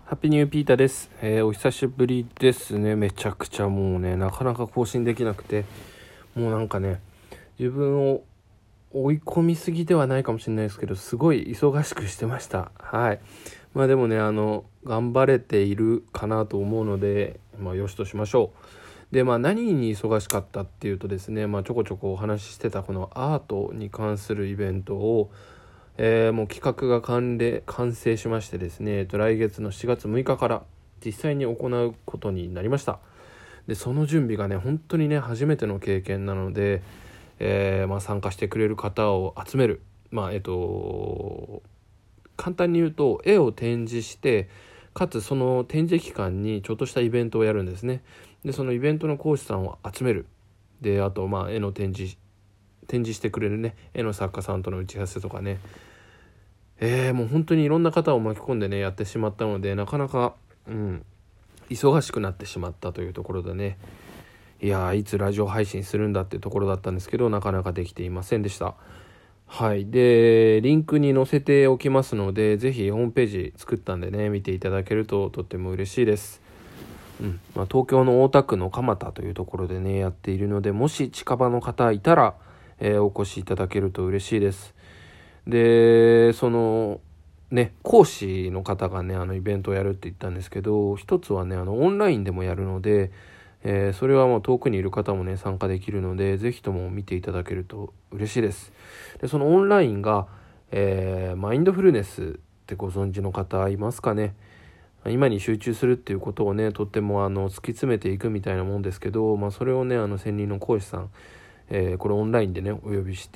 ハッピーニューピーターです。お久しぶりですね。めちゃくちゃもうね、なかなか更新できなくて、もうなんかね、自分を追い込みすぎではないかもしれないですけど、すごい忙しくしてました。はい。まあでもね、頑張れているかなと思うので、よしとしましょう。で、何に忙しかったっていうとですね、ちょこちょこお話ししてたこのアートに関するイベントを、もう企画が完成しましてですね、来月の7月6日から実際に行うことになりました。でその準備がね本当にね初めての経験なので、参加してくれる方を集める、簡単に言うと絵を展示して、かつその展示期間にちょっとしたイベントをやるんですね。でそのイベントの講師さんを集める。であと絵の展示してくれるね絵の作家さんとの打ち合わせとかね、もう本当にいろんな方を巻き込んでねやってしまったので、なかなか忙しくなってしまったというところでね、いつラジオ配信するんだっていうところだったんですけど、なかなかできていませんでした。はい。でリンクに載せておきますので、ぜひホームページ作ったんでね見ていただけるととっても嬉しいです。東京の大田区の蒲田というところでねやっているので、もし近場の方いたら、お越しいただけると嬉しいです。でそのね講師の方がねイベントをやるって言ったんですけど、一つはねオンラインでもやるので、それはもう遠くにいる方もね参加できるので、ぜひとも見ていただけると嬉しいです。でそのオンラインが、マインドフルネスってご存知の方いますかね。今に集中するっていうことをねとっても突き詰めていくみたいなもんですけど、それをね専任の講師さん、これオンラインでねお呼びして、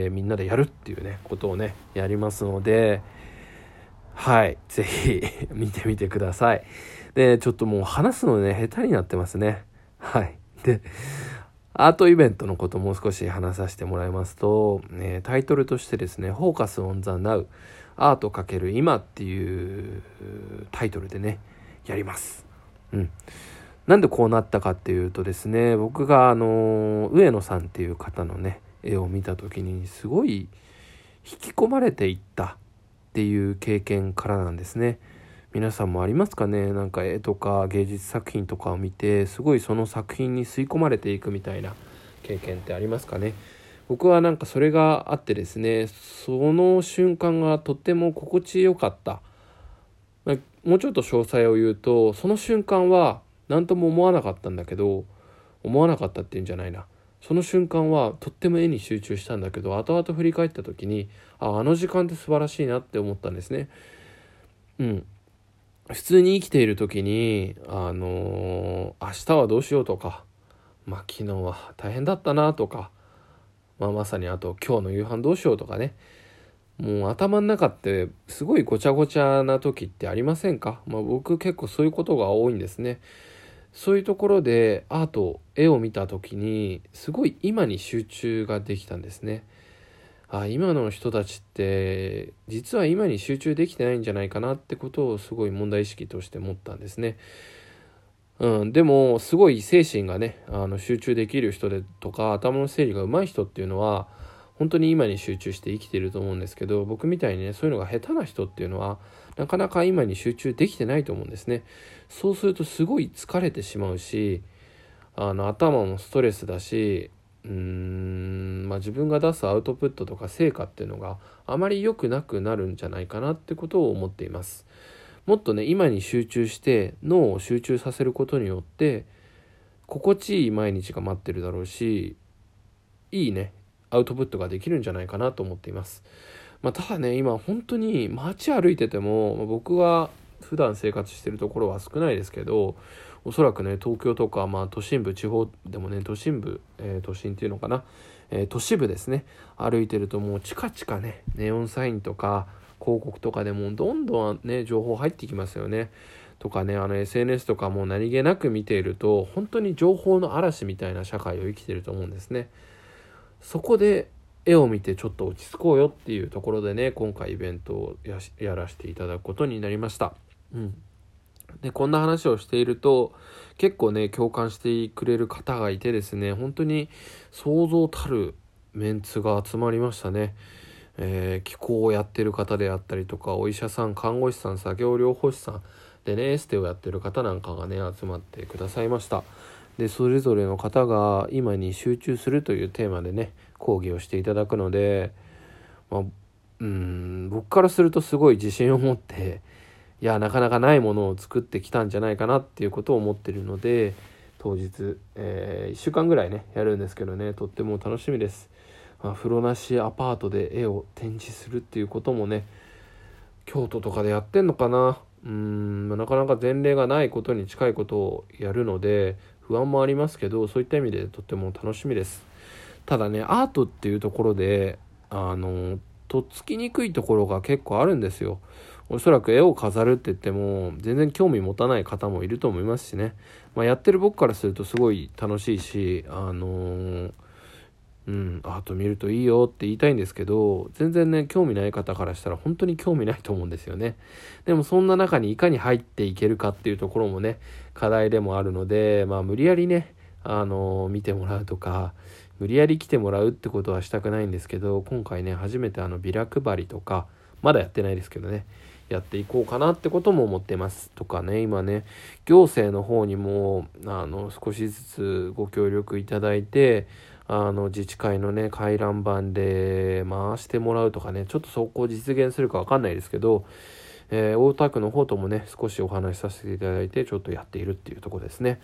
みんなでやるっていうねことをねやりますので、はいぜひ見てみてください。でちょっともう話すのね下手になってますね。はいでアートイベントのことをもう少し話させてもらいますと、タイトルとしてですね、フォーカスオンザナウアート×今っていうタイトルでねやります。なんでこうなったかっていうとですね、僕が上野さんっていう方のね絵を見た時にすごい引き込まれていったっていう経験からなんですね。皆さんもありますかね。なんか絵とか芸術作品とかを見てすごいその作品に吸い込まれていくみたいな経験ってありますかね。僕はなんかそれがあってですね、その瞬間がとっても心地よかった。もうちょっと詳細を言うと、その瞬間は何とも思わなかったんだけど、思わなかったっていうんじゃないな、その瞬間はとっても絵に集中したんだけど、後々振り返った時にあの時間って素晴らしいなって思ったんですね。普通に生きている時に明日はどうしようとか、昨日は大変だったなとか、まさにあと今日の夕飯どうしようとかね、もう頭の中ってすごいごちゃごちゃな時ってありませんか。僕結構そういうことが多いんですね。そういうところでアート絵を見た時にすごい今に集中ができたんですね。今の人たちって実は今に集中できてないんじゃないかなってことをすごい問題意識として持ったんですね。でもすごい精神がね集中できる人でとか頭の整理が上手い人っていうのは本当に今に集中して生きていると思うんですけど、僕みたいにねそういうのが下手な人っていうのはなかなか今に集中できてないと思うんですね。そうするとすごい疲れてしまうし、頭もストレスだし、自分が出すアウトプットとか成果っていうのがあまり良くなくなるんじゃないかなってことを思っています。もっとね今に集中して脳を集中させることによって心地いい毎日が待ってるだろうし、いいねアウトプットができるんじゃないかなと思っています。ただね今本当に街歩いてても、僕は普段生活してるところは少ないですけど、おそらくね東京とか、都心部地方でもね都心部、都心っていうのかな、都市部ですね、歩いてるともうチカチカねネオンサインとか広告とかでもどんどんね情報入ってきますよね。とかねSNS とかも何気なく見ていると本当に情報の嵐みたいな社会を生きてると思うんですね。そこで絵を見てちょっと落ち着こうよっていうところでね今回イベントをやらせていただくことになりました。でこんな話をしていると結構ね共感してくれる方がいてですね、本当に想像たるメンツが集まりましたね。気候をやってる方であったりとか、お医者さん、看護師さん、作業療法士さん、 でねエステをやってる方なんかがね集まってくださいました。でそれぞれの方が今に集中するというテーマでね講義をしていただくので、僕からするとすごい自信を持ってなかなかないものを作ってきたんじゃないかなっていうことを思ってるので、当日、1週間ぐらいねやるんですけどね、とっても楽しみです。風呂なしアパートで絵を展示するっていうこともね京都とかでやってんのかな。なかなか前例がないことに近いことをやるので不安もありますけど、そういった意味でとっても楽しみです。ただねアートっていうところでとっつきにくいところが結構あるんですよ。おそらく絵を飾るって言っても全然興味持たない方もいると思いますしね、やってる僕からするとすごい楽しいしアート見るといいよって言いたいんですけど、全然ね興味ない方からしたら本当に興味ないと思うんですよね。でもそんな中にいかに入っていけるかっていうところもね課題でもあるので、無理やりね見てもらうとか無理やり来てもらうってことはしたくないんですけど、今回ね初めてビラ配りとかまだやってないですけどねやっていこうかなってことも思ってますとかね。今ね行政の方にも少しずつご協力いただいて自治会のね回覧板で回してもらうとかね、ちょっとそこ実現するか分かんないですけど、大田区の方ともね少しお話しさせていただいてちょっとやっているっていうところですね。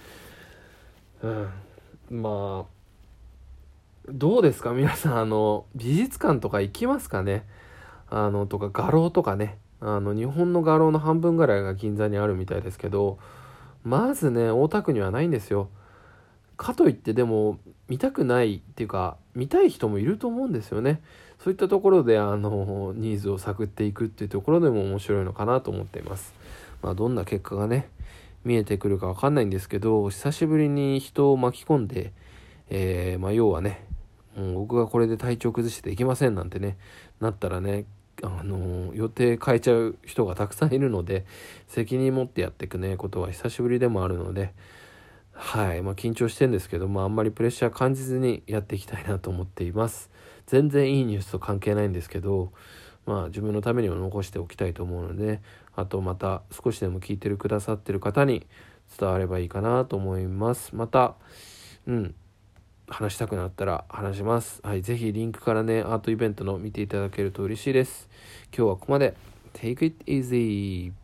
どうですか皆さん美術館とか行きますかね。とか画廊とかね日本の画廊の半分ぐらいが銀座にあるみたいですけど、まずね大田区にはないんですよ。かといってでも見たくないっていうか見たい人もいると思うんですよね。そういったところでニーズを探っていくっていうところでも面白いのかなと思っています。どんな結果がね見えてくるかわかんないんですけど、久しぶりに人を巻き込んで、要はね、僕がこれで体調崩してできませんなんてねなったらね予定変えちゃう人がたくさんいるので、責任持ってやっていくねことは久しぶりでもあるので、緊張してるんですけど、あんまりプレッシャー感じずにやっていきたいなと思っています。全然いいニュースと関係ないんですけど、自分のためにも残しておきたいと思うので、あとまた少しでも聞いてくださってる方に伝わればいいかなと思います。また話したくなったら話します。ぜひリンクからねアートイベントの見ていただけると嬉しいです。今日はここまで。Take it easy.